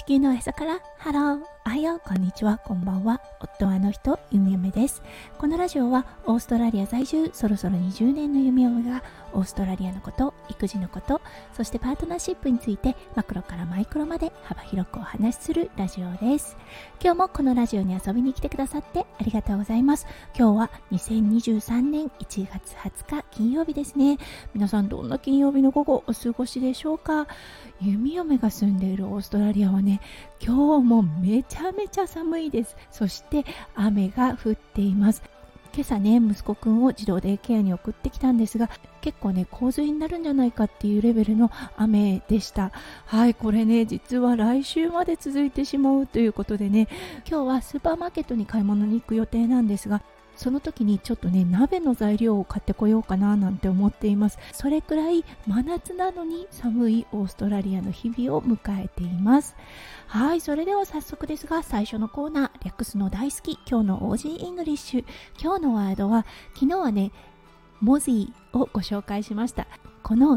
地球の朝からハロー、おはよう、こんにちは、こんばんは。夫はあの人、ゆみおめです。このラジオはオーストラリア在住そろそろ20年のゆみおめがオーストラリアのこと、育児のこと、そしてパートナーシップについてマクロからマイクロまで幅広くお話しするラジオです。今日もこのラジオに遊びに来てくださってありがとうございます。今日は2023年1月20日金曜日ですね。皆さんどんな金曜日の午後お過ごしでしょうか。ゆみおめが住んでいるオーストラリアはね、今日もめちゃめちゃ寒いです。そして雨が降っています。今朝ね、息子くんを児童デイケアに送ってきたんですが、結構ね、洪水になるんじゃないかっていうレベルの雨でした。はい、これね、実は来週まで続いてしまうということでね、今日はスーパーマーケットに買い物に行く予定なんですが、その時にちょっとね、鍋の材料を買ってこようかななんて思っています。それくらい真夏なのに寒いオーストラリアの日々を迎えています。はい、それでは早速ですが、最初のコーナー、略すの大好き、今日の OG イングリッシュ。今日のワードは、昨日はね、モジーをご紹介しました。この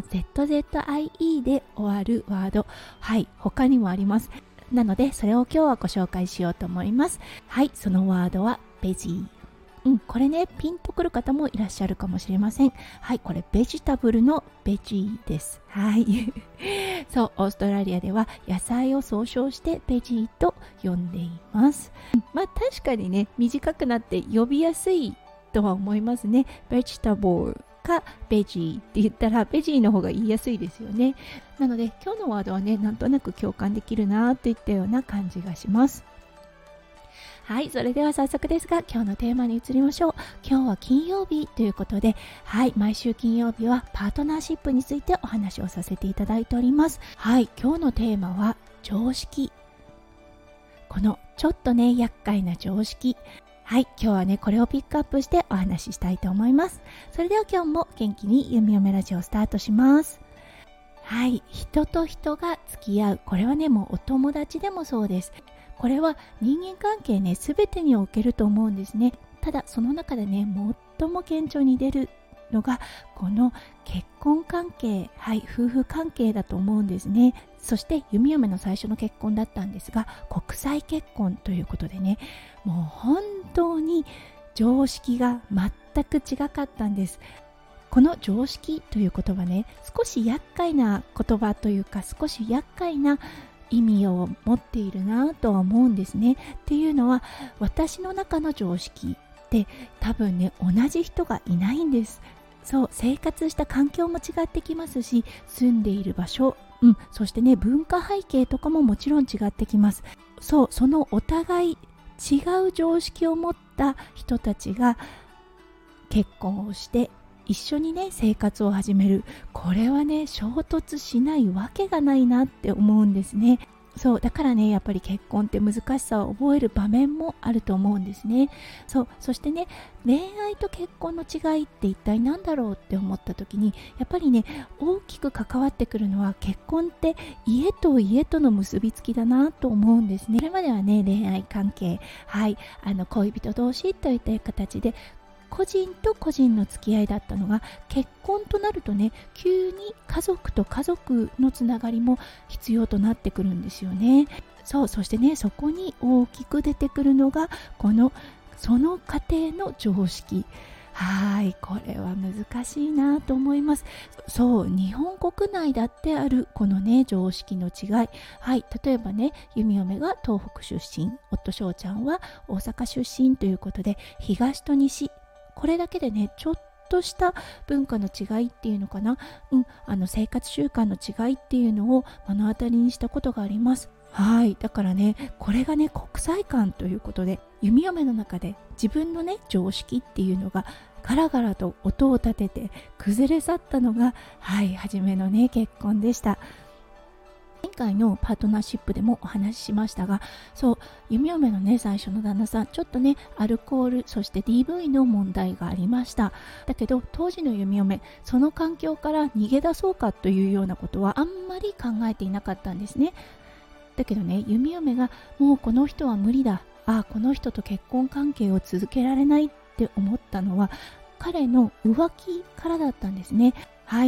ZZIE で終わるワード、はい、他にもあります。なので、それを今日はご紹介しようと思います。はい、そのワードはベジー。これね、ピンとくる方もいらっしゃるかもしれません。はい、これベジタブルのベジーです。はい。そう、オーストラリアでは野菜を総称してベジーと呼んでいます。まあ確かにね、短くなって呼びやすいとは思いますね。ベジタブルかベジーって言ったらベジーの方が言いやすいですよね。なので今日のワードはね、なんとなく共感できるなといったような感じがします。はい、それでは早速ですが、今日のテーマに移りましょう。今日は金曜日ということで、はい、毎週金曜日はパートナーシップについてお話をさせていただいております。はい、今日のテーマは常識。このちょっとね、厄介な常識。はい、今日はね、これをピックアップしてお話ししたいと思います。それでは今日も元気にゆみおめラジオスタートします。はい、人と人が付き合う。これはね、もうお友達でもそうです。これは人間関係ね、全てにおけると思うんですね。ただその中でね、最も顕著に出るのがこの結婚関係、はい、夫婦関係だと思うんですね。そして弓嫁の最初の結婚だったんですが、国際結婚ということでね、もう本当に常識が全く違かったんです。この常識という言葉ね、少し厄介な言葉というか、少し厄介な意味を持っているなとは思うんですね。っていうのは、私の中の常識って多分ね、同じ人がいないんです。そう、生活した環境も違ってきますし、住んでいる場所、そしてね、文化背景とかももちろん違ってきます。そう、そのお互い違う常識を持った人たちが結婚をして一緒にね、生活を始める。これはね、衝突しないわけがないなって思うんですね。そう、だからね、やっぱり結婚って難しさを覚える場面もあると思うんですね。そう、そしてね、恋愛と結婚の違いって一体何だろうって思った時に、やっぱりね、大きく関わってくるのは、結婚って家と家との結びつきだなと思うんですね。それまではね、恋愛関係、はい、恋人同士といった形で個人と個人の付き合いだったのが、結婚となるとね、急に家族と家族のつながりも必要となってくるんですよね。そう、そしてね、そこに大きく出てくるのがその家庭の常識。はい、これは難しいなと思います。そう、日本国内だってあるこのね、常識の違い。はい、例えばね、弓嫁が東北出身、夫翔ちゃんは大阪出身ということで、東と西、これだけでね、ちょっとした文化の違いっていうのかな、生活習慣の違いっていうのを目の当たりにしたことがあります。はい、だからね、これがね、国際観ということで、弓嫁の中で自分のね、常識っていうのがガラガラと音を立てて崩れ去ったのが、はい、初めのね、結婚でした。前回のパートナーシップでもお話ししましたが、そう、弓嫁のね、最初の旦那さん、ちょっとね、アルコール、そして DV の問題がありました。だけど当時の弓嫁、その環境から逃げ出そうかというようなことはあんまり考えていなかったんですね。だけどね、弓嫁がもうこの人は無理だ、この人と結婚関係を続けられないって思ったのは、彼の浮気からだったんですね。はい、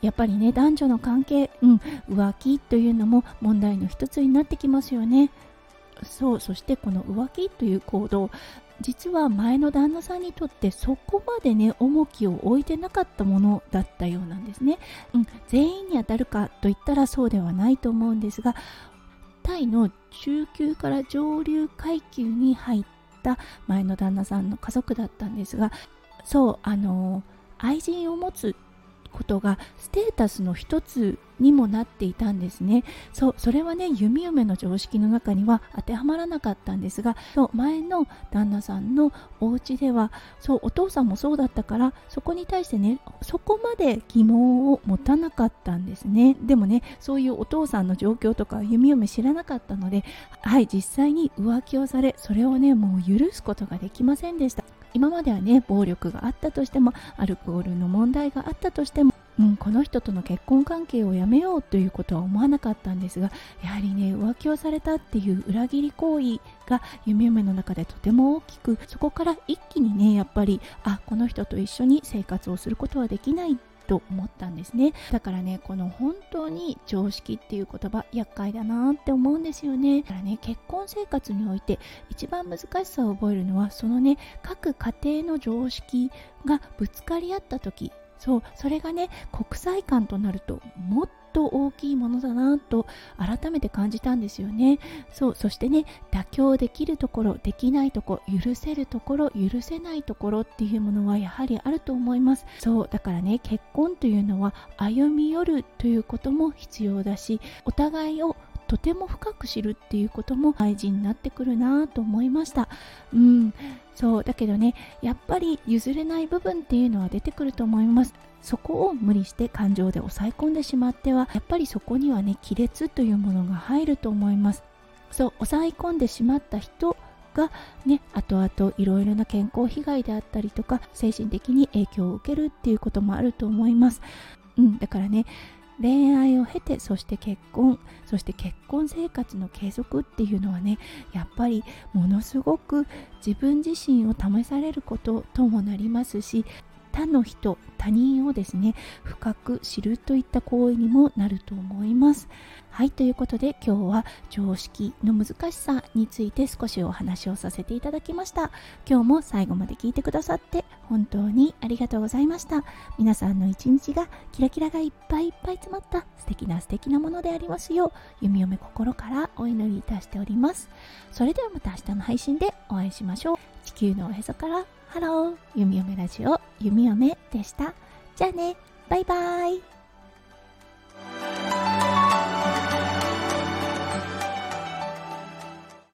やっぱりね、男女の関係、浮気というのも問題の一つになってきますよね。そしてこの浮気という行動、実は前の旦那さんにとってそこまでね重きを置いてなかったものだったようなんですね。全員に当たるかといったらそうではないと思うんですが、タイの中級から上流階級に入った前の旦那さんの家族だったんですが、愛人を持つことがステータスの一つにもなっていたんですね。それはね、弓嫁の常識の中には当てはまらなかったんですが、前の旦那さんのお家ではお父さんもそうだったから、そこに対してねそこまで疑問を持たなかったんですね。でもね、そういうお父さんの状況とか弓嫁知らなかったので、実際に浮気をされ、それをねもう許すことができませんでした。今まではね、暴力があったとしても、アルコールの問題があったとしても、この人との結婚関係をやめようということは思わなかったんですが、やはりね、浮気をされたっていう裏切り行為が弓嫁の中でとても大きく、そこから一気にね、やっぱりこの人と一緒に生活をすることはできないと思ったんですね。だからね、この本当に常識っていう言葉、厄介だなって思うんですよね。だからね、結婚生活において一番難しさを覚えるのは、そのね、各家庭の常識がぶつかり合った時、それがね、国際間となるともっと大きいものだなと改めて感じたんですよね。そしてね、妥協できるところ、できないところ、許せるところ、許せないところっていうものはやはりあると思います。だからね、結婚というのは歩み寄るということも必要だし、お互いをとても深く知るっていうことも大事になってくるなと思いました。だけどね、やっぱり譲れない部分っていうのは出てくると思います。そこを無理して感情で抑え込んでしまっては、やっぱりそこにはね、亀裂というものが入ると思います。抑え込んでしまった人がね、後々いろいろな健康被害であったりとか、精神的に影響を受けるっていうこともあると思います。だからね、恋愛を経て、そして結婚生活の継続っていうのはね、やっぱりものすごく自分自身を試されることともなりますし、他人をですね、深く知るといった行為にもなると思います。ということで、今日は常識の難しさについて少しお話をさせていただきました。今日も最後まで聞いてくださって本当にありがとうございました。皆さんの一日がキラキラがいっぱいいっぱい詰まった素敵なものでありますよう、弓嫁心からお祈りいたしております。それではまた明日の配信でお会いしましょう。地球のおへそからハロー、弓嫁ラジオ弓嫁でした。じゃあね、バイバイ。